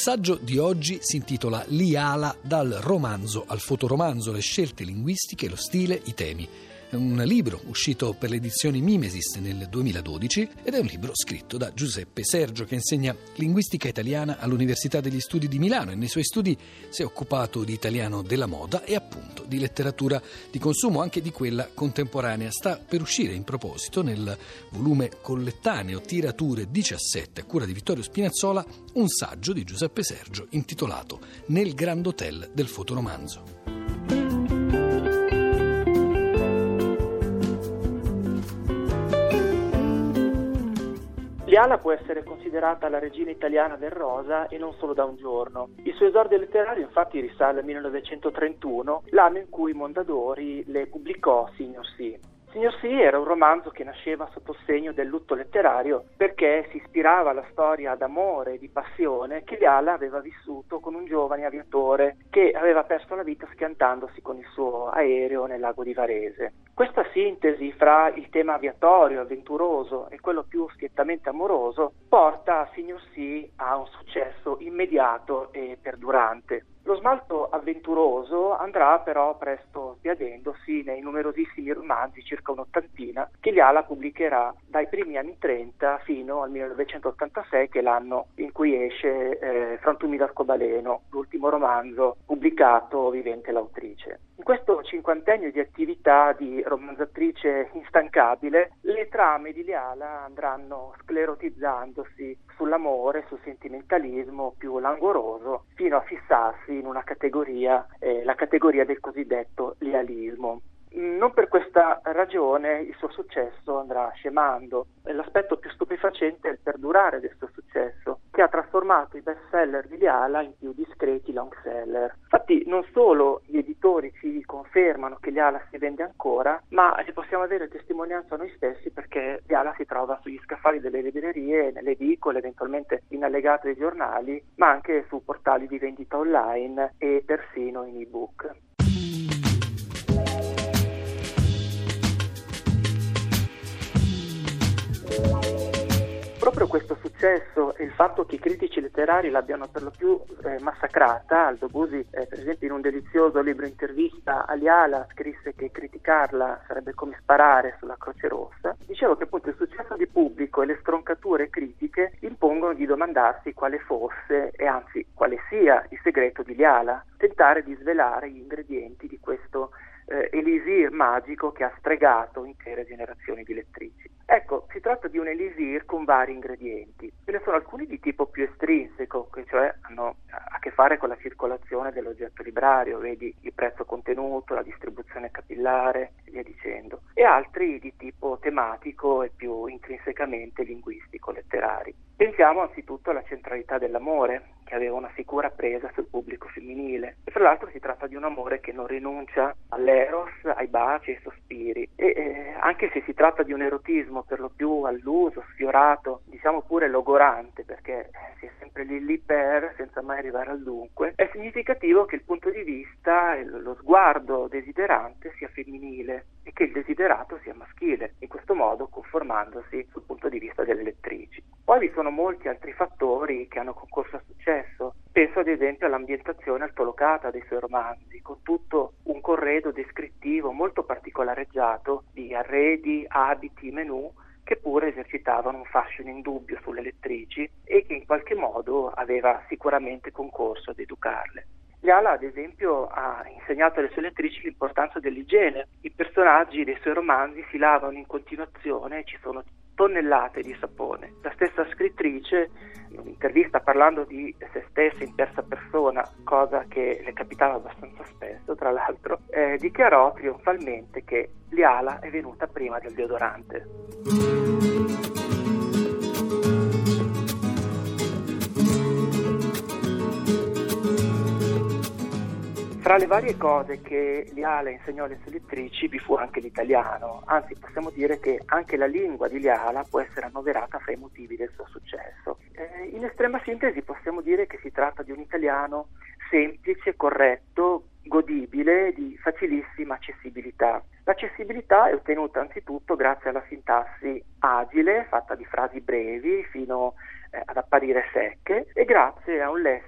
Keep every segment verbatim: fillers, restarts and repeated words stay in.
saggio di oggi si intitola Liala, dal romanzo al fotoromanzo, le scelte linguistiche, lo stile, i temi. È un libro uscito per le edizioni Mimesis nel duemiladodici ed è un libro scritto da Giuseppe Sergio, che insegna linguistica italiana all'Università degli Studi di Milano e nei suoi studi si è occupato di italiano della moda e appunto di letteratura di consumo, anche di quella contemporanea. Sta per uscire in proposito nel volume collettaneo Tirature diciassette a cura di Vittorio Spinazzola un saggio di Giuseppe Sergio intitolato Nel Grand Hotel del fotoromanzo. Liala può essere considerata la regina italiana del rosa e non solo da un giorno. Il suo esordio letterario infatti risale al millenovecentotrentuno, l'anno in cui Mondadori le pubblicò Signor Sì. Signor Sì era un romanzo che nasceva sotto il segno del lutto letterario perché si ispirava alla storia d'amore e di passione che Liala aveva vissuto con un giovane aviatore che aveva perso la vita schiantandosi con il suo aereo nel lago di Varese. Questa sintesi fra il tema aviatorio, avventuroso e quello più schiettamente amoroso porta Signor Sì a un successo immediato e perdurante. Lo smalto avventuroso andrà però presto sbiadendosi nei numerosissimi romanzi, circa un'ottantina, che Liala pubblicherà dai primi anni trenta fino al millenovecentottantasei, che è l'anno in cui esce eh, Frantumi d'Arcobaleno, l'ultimo romanzo pubblicato vivente l'autrice. In questo cinquantennio di attività di romanzatrice instancabile, le trame di Liala andranno sclerotizzandosi sull'amore, sul sentimentalismo più languoroso, fino a fissarsi in una categoria, eh, la categoria del cosiddetto lialismo. Non per questa ragione il suo successo andrà scemando. L'aspetto più stupefacente è il perdurare del suo successo, che ha trasformato i bestseller di Liala in più discreti long seller. Infatti non solo gli editori ci confermano che Liala si vende ancora, ma ne possiamo avere testimonianza noi stessi perché Liala si trova sugli scaffali delle librerie, nelle edicole, eventualmente in allegati ai giornali, ma anche su portali di vendita online e persino in ebook. Proprio questo successo e il fatto che i critici letterari l'abbiano per lo più eh, massacrata, Aldo Busi eh, per esempio in un delizioso libro intervista a Liala scrisse che criticarla sarebbe come sparare sulla Croce Rossa, dicevo che appunto il successo di pubblico e le stroncature critiche impongono di domandarsi quale fosse e anzi quale sia il segreto di Liala, tentare di svelare gli ingredienti di questo eh, elisir magico che ha stregato intere generazioni di lettrici. Ecco, si tratta di un elisir con vari ingredienti. Ce ne sono alcuni di tipo più estrinseco, che cioè hanno a che fare con la circolazione dell'oggetto librario, vedi il prezzo contenuto, la distribuzione capillare e via dicendo, e altri di tipo tematico e più intrinsecamente linguistico, letterari. Pensiamo anzitutto alla centralità dell'amore, che aveva una sicura presa sul pubblico femminile. E fra l'altro si tratta di un amore che non rinuncia all'eros, ai baci, ai sospiri. E eh, anche se si tratta di un erotismo per lo più alluso, sfiorato, diciamo pure logorante, perché si è sempre lì lì per, senza mai arrivare al dunque, è significativo che il punto di vista e lo sguardo desiderante sia femminile e che il desiderato sia maschile, in questo modo conformandosi sul punto di vista delle lettrici. Poi vi sono molti altri fattori che hanno concorso a successo. Penso ad esempio all'ambientazione altolocata dei suoi romanzi, con tutto un corredo descrittivo molto particolareggiato di arredi, abiti, menù, che pure esercitavano un fascino indubbio sulle lettrici e che in qualche modo aveva sicuramente concorso ad educarle. Liala, ad esempio, ha insegnato alle sue lettrici l'importanza dell'igiene. I personaggi dei suoi romanzi si lavano in continuazione e ci sono tonnellate di sapone. La stessa scrittrice, in un'intervista parlando di se stessa in terza persona, cosa che le capitava abbastanza spesso, tra l'altro, eh, dichiarò trionfalmente che Liala è venuta prima del deodorante. Tra le varie cose che Liala insegnò alle sue lettrici vi fu anche l'italiano, anzi possiamo dire che anche la lingua di Liala può essere annoverata fra i motivi del suo successo. Eh, in estrema sintesi possiamo dire che si tratta di un italiano semplice, corretto, godibile, di facilissima accessibilità. L'accessibilità è ottenuta anzitutto grazie alla sintassi agile, fatta di frasi brevi fino eh, ad apparire secche, e grazie a un lessico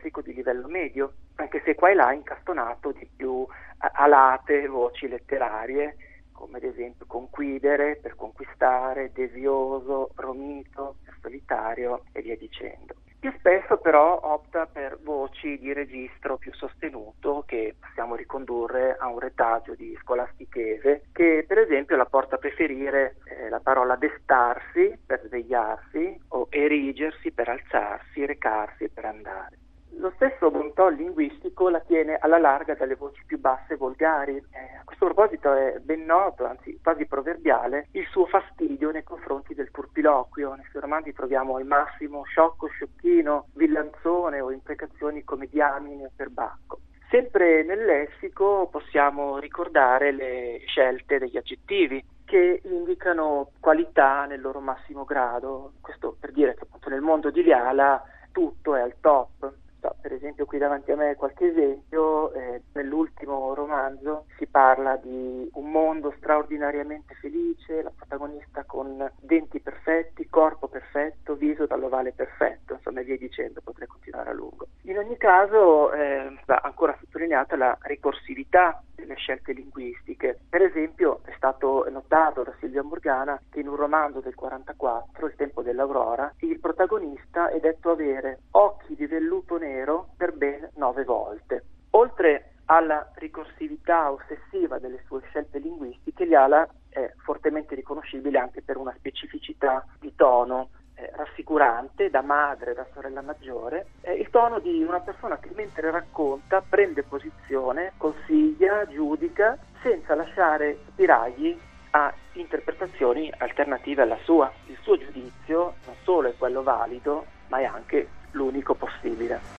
classico di livello medio, anche se qua e là incastonato di più alate voci letterarie, come ad esempio conquidere, per conquistare, devioso, romito, per solitario e via dicendo. Più spesso però opta per voci di registro più sostenuto che possiamo ricondurre a un retaggio di scolastichese che per esempio la porta a preferire eh, la parola destarsi per svegliarsi o erigersi per alzarsi, recarsi per andare. Lo stesso bon ton linguistico la tiene alla larga dalle voci più basse e volgari. Eh, a questo proposito è ben noto, anzi quasi proverbiale, il suo fastidio nei confronti del turpiloquio. Nei suoi romanzi troviamo al massimo sciocco, sciocchino, villanzone o imprecazioni come diamine o perbacco. Sempre nel lessico possiamo ricordare le scelte degli aggettivi che indicano qualità nel loro massimo grado. Questo per dire che appunto nel mondo di Liala tutto è al top. Per esempio qui davanti a me qualche esempio, eh, nell'ultimo romanzo si parla di un mondo straordinariamente felice, la protagonista con denti perfetti, corpo perfetto, viso dall'ovale perfetto, insomma e via dicendo, potrei continuare a lungo. In ogni caso eh, va ancora sottolineata la ricorsività delle scelte linguistiche. Per esempio è stato notato da Silvia Morgana che in un romanzo del quarantaquattro, Il tempo dell'aurora, il protagonista è detto avere occhi di velluto nero per ben nove volte. Oltre alla ricorsività ossessiva delle sue scelte linguistiche, Liala è fortemente riconoscibile anche per una specificità di tono eh, rassicurante, da madre, da sorella maggiore, eh, il tono di una persona che mentre racconta prende posizione, consiglia, giudica, senza lasciare spiragli a interpretazioni alternative alla sua. Il suo giudizio non solo è quello valido, ma è anche l'unico possibile.